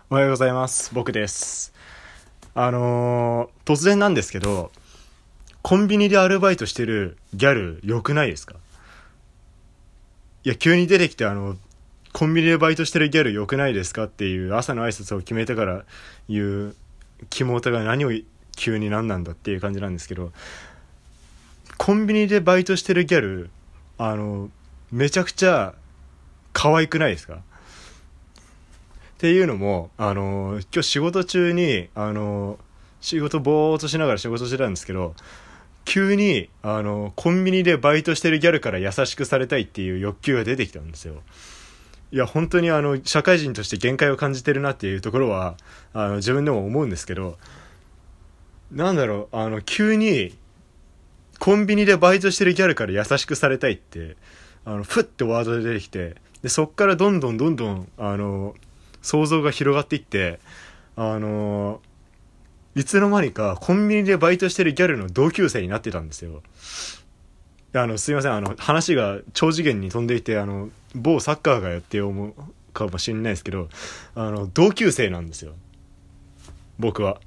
おはようございます。僕です。突然なんですけど、コンビニでアルバイトしてるギャル良くないですか？いや、急に出てきてコンビニでバイトしてるギャル良くないですかっていう朝の挨拶を決めてから言うキモオタが何を急に何なんだっていう感じなんですけど、コンビニでバイトしてるギャル、めちゃくちゃ可愛くないですか？っていうのも、今日仕事中に、仕事ぼーっとしながら仕事してたんですけど、急に、コンビニでバイトしてるギャルから優しくされたいっていう欲求が出てきたんですよ。いや、本当に社会人として限界を感じてるなっていうところは、自分でも思うんですけど、なんだろう、急に、コンビニでバイトしてるギャルから優しくされたいって、ふってワードで出てきて、で、そっからどんどん、想像が広がっていって、いつの間にかコンビニでバイトしてるギャルの同級生になってたんですよ。すいません、話が超次元に飛んでいて、某サッカーがやって思うかもしれないですけど、同級生なんですよ、僕は。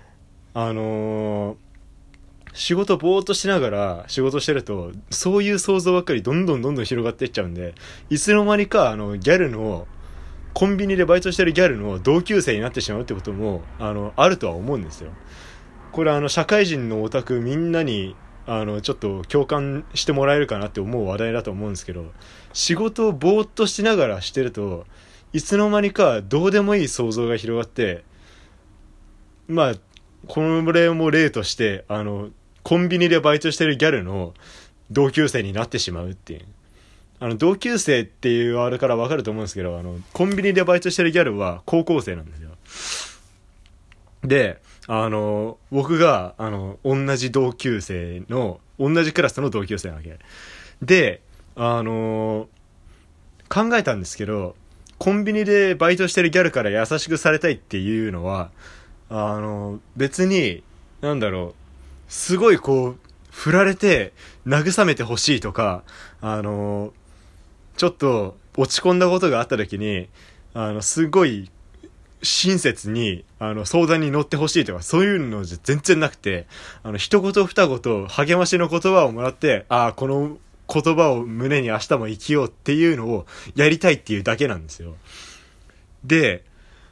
仕事ぼーっとしながら仕事してると、そういう想像ばっかりどんどん広がっていっちゃうんで、いつの間にかギャルのコンビニでバイトしてるギャルの同級生になってしまうってこともあるとは思うんですよ。これ社会人のオタクみんなにちょっと共感してもらえるかなって思う話題だと思うんですけど、仕事をぼーっとしながらしてると、いつの間にかどうでもいい想像が広がって、まあこれも例としてコンビニでバイトしてるギャルの同級生になってしまうっていう。同級生っていうあれから分かると思うんですけど、コンビニでバイトしてるギャルは高校生なんですよ。で、僕が、同じ同級生の、同じクラスの同級生なわけ。で、考えたんですけど、コンビニでバイトしてるギャルから優しくされたいっていうのは、別に、なんだろう、すごいこう、振られて、慰めてほしいとか、ちょっと落ち込んだことがあった時にすごい親切に相談に乗ってほしいとか、そういうのじゃ全然なくて、一言二言励ましの言葉をもらって、この言葉を胸に明日も生きようっていうのをやりたいっていうだけなんですよ。で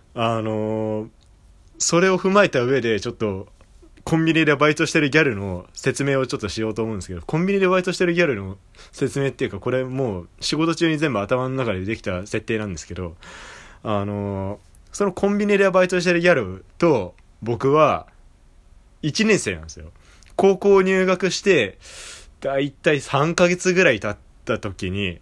それを踏まえた上でちょっとコンビニでバイトしてるギャルの説明をちょっとしようと思うんですけど、コンビニでバイトしてるギャルの説明っていうか、これもう仕事中に全部頭の中でできた設定なんですけど、そのコンビニでバイトしてるギャルと僕は1年生なんですよ。高校入学してだいたい3ヶ月ぐらい経った時に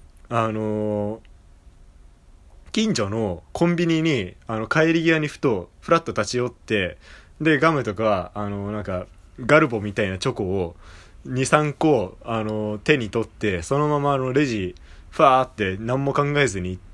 近所のコンビニに帰り際にふらっと立ち寄って、でガムとかなんかガルボみたいなチョコを 2,3 個手に取って、そのままレジファーって何も考えずに行って、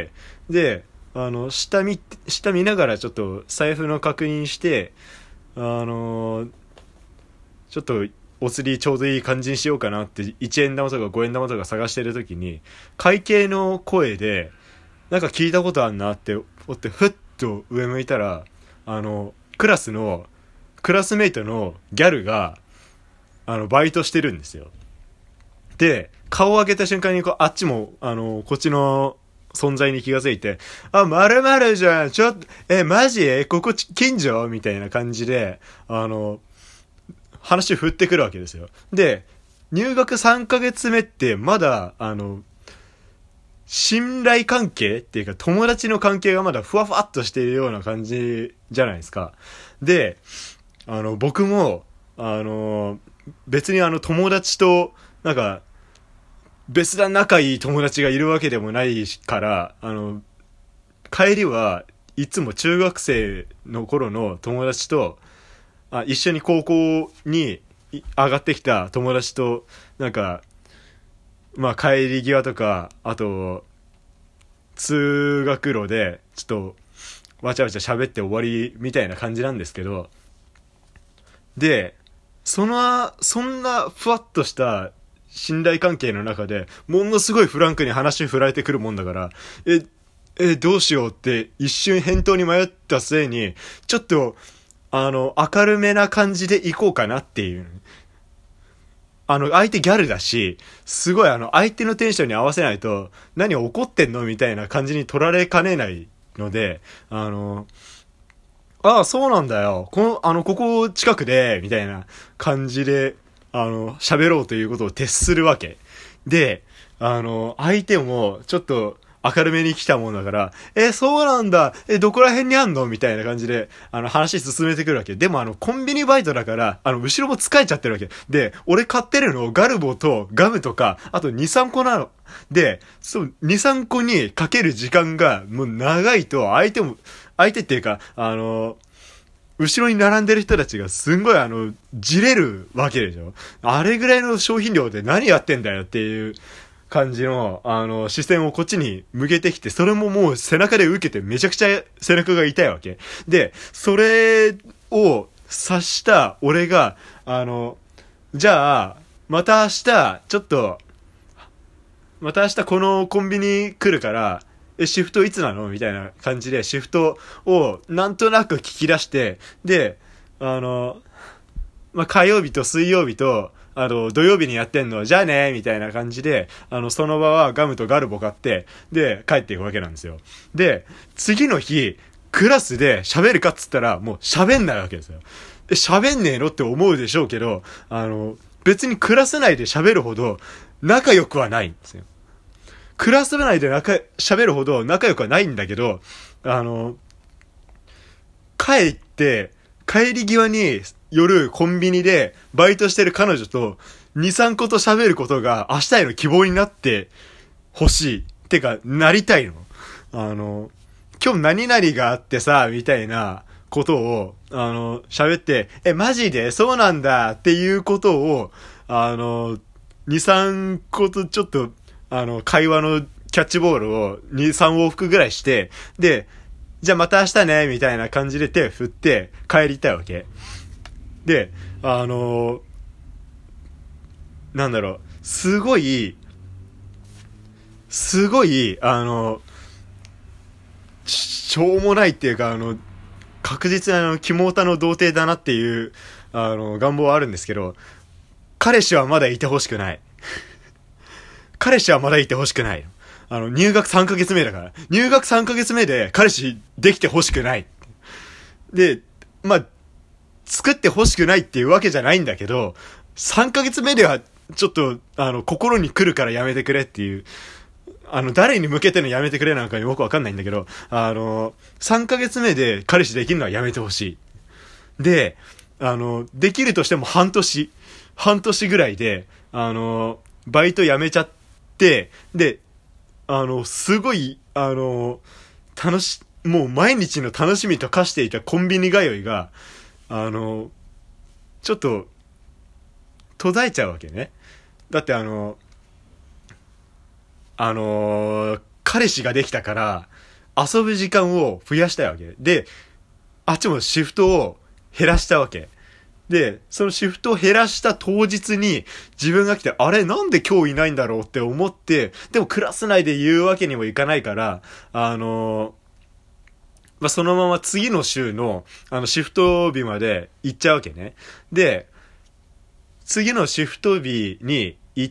で下見ながらちょっと財布の確認して、ちょっとお釣りちょうどいい感じにしようかなって1円玉とか5円玉とか探してる時に、会計の声でなんか聞いたことあるなって思ってふっと上向いたら、クラスメイトのギャルがバイトしてるんですよ。で顔を上げた瞬間にあっちもこっちの存在に気がついて、〇〇じゃん、ちょっとマジここ近所みたいな感じで話振ってくるわけですよ。で入学3ヶ月目ってまだ信頼関係っていうか友達の関係がまだふわふわっとしているような感じじゃないですか。で僕も別に友達となんか別段仲いい友達がいるわけでもないから、帰りはいつも中学生の頃の友達と一緒に高校に上がってきた友達となんか帰り際とか、あと通学路でちょっとわちゃわちゃ喋って終わりみたいな感じなんですけど、でそんなふわっとした信頼関係の中でものすごいフランクに話振られてくるもんだから、 どうしようって一瞬返答に迷った末に、ちょっと、明るめな感じで行こうかなっていう。相手ギャルだし、すごい相手のテンションに合わせないと、何怒ってんのみたいな感じに取られかねないので、ああ、そうなんだよ。ここ近くで、みたいな感じで、喋ろうということを徹するわけ。で、相手も、ちょっと、明るめに来たもんだから、そうなんだ。どこら辺にあんのみたいな感じで、話進めてくるわけ。でもコンビニバイトだから、後ろも疲れちゃってるわけ。で、俺買ってるの、ガルボとガムとか、あと2、3個なの。で、そう、2、3個にかける時間が、もう長いと、相手っていうか、後ろに並んでる人たちがすんごいじれるわけでしょ。あれぐらいの商品量で何やってんだよっていう感じの、視線をこっちに向けてきて、それももう背中で受けてめちゃくちゃ背中が痛いわけ。で、それを察した俺が、じゃあ、また明日このコンビニ来るから、シフトいつなのみたいな感じでシフトをなんとなく聞き出して、で、火曜日と水曜日と、土曜日にやってんの、じゃあねみたいな感じで、その場はガムとガルボ買って、で、帰っていくわけなんですよ。で、次の日、クラスで喋るかっつったら、もう喋んないわけですよ。喋んねえのって思うでしょうけど、別にクラス内で喋るほど仲良くはないんですよ。クラス内で喋るほど仲良くはないんだけど、帰り際に夜コンビニでバイトしてる彼女と2、3個と喋ることが明日への希望になってほしい。てか、なりたいの。今日何々があってさ、みたいなことを、喋って、マジでそうなんだっていうことを、2、3個とちょっと、会話のキャッチボールを2、3往復ぐらいして、で、じゃあまた明日ね、みたいな感じで手を振って帰りたいわけ。で、なんだろう、すごい、しょうもないっていうか、確実にキモータの童貞だなっていう、願望はあるんですけど、彼氏はまだいてほしくない。彼氏はまだいてほしくない。入学3ヶ月目だから。入学3ヶ月目で彼氏できてほしくない。で、作ってほしくないっていうわけじゃないんだけど、3ヶ月目ではちょっと、心に来るからやめてくれっていう、誰に向けてのやめてくれなんかよくわかんないんだけど、3ヶ月目で彼氏できるのはやめてほしい。で、できるとしても半年ぐらいで、バイト辞めちゃって、で、すごい、もう毎日の楽しみと化していたコンビニ通いが、ちょっと、途絶えちゃうわけね。だって彼氏ができたから、遊ぶ時間を増やしたいわけ。で、あっちもシフトを減らしたわけ。で、そのシフトを減らした当日に自分が来て、あれなんで今日いないんだろうって思って、でもクラス内で言うわけにもいかないから、そのまま次の週の、シフト日まで行っちゃうわけね。で、次のシフト日に行って、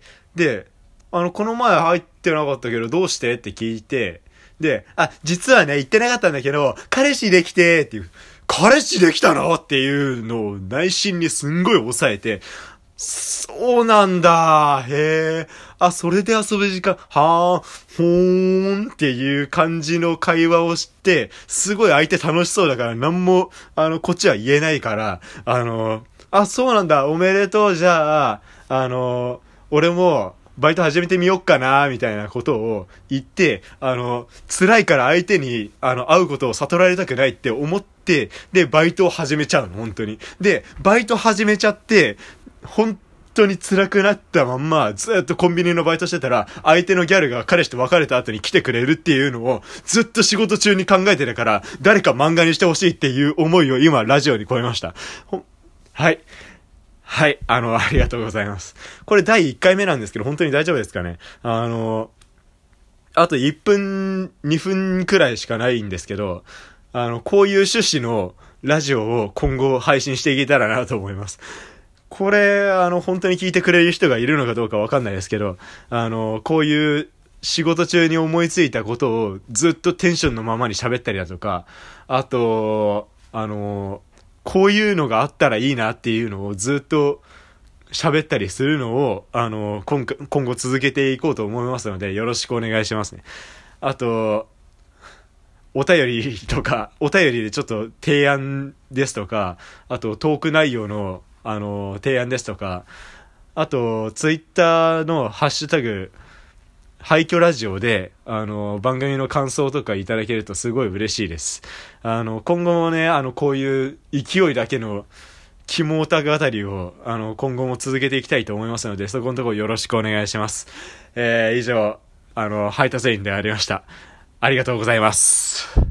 で、この前入ってなかったけどどうしてって聞いて、で、実はね、言ってなかったんだけど、彼氏できて、っていう、彼氏できたのっていうのを内心にすんごい抑えて、そうなんだ、へえ、それで遊ぶ時間、ほーんっていう感じの会話をして、すごい相手楽しそうだから何も、こっちは言えないから、そうなんだ、おめでとう、じゃあ、俺も、バイト始めてみよっかなみたいなことを言って、辛いから相手に、会うことを悟られたくないって思って、で、バイトを始めちゃうの、本当に。で、バイト始めちゃって、本当に辛くなったまんま、ずっとコンビニのバイトしてたら、相手のギャルが彼氏と別れた後に来てくれるっていうのを、ずっと仕事中に考えてたから、誰か漫画にしてほしいっていう思いを今、ラジオに込めました。はい。はい、ありがとうございます。これ第1回目なんですけど、本当に大丈夫ですかね。 あと1分、2分くらいしかないんですけど、こういう趣旨のラジオを今後配信していけたらなと思います。これ、本当に聞いてくれる人がいるのかどうかわかんないですけど、こういう仕事中に思いついたことをずっとテンションのままに喋ったりだとか、あと、こういうのがあったらいいなっていうのをずっと喋ったりするのを、今後続けていこうと思いますので、よろしくお願いしますね。あと、お便りでちょっと提案ですとか、あとトーク内容の、提案ですとか、あと、ツイッターのハッシュタグ、廃墟ラジオで、番組の感想とかいただけるとすごい嬉しいです。今後もね、こういう勢いだけの、キモオタ語りを、今後も続けていきたいと思いますので、そこのところよろしくお願いします。以上、配達員でありました。ありがとうございます。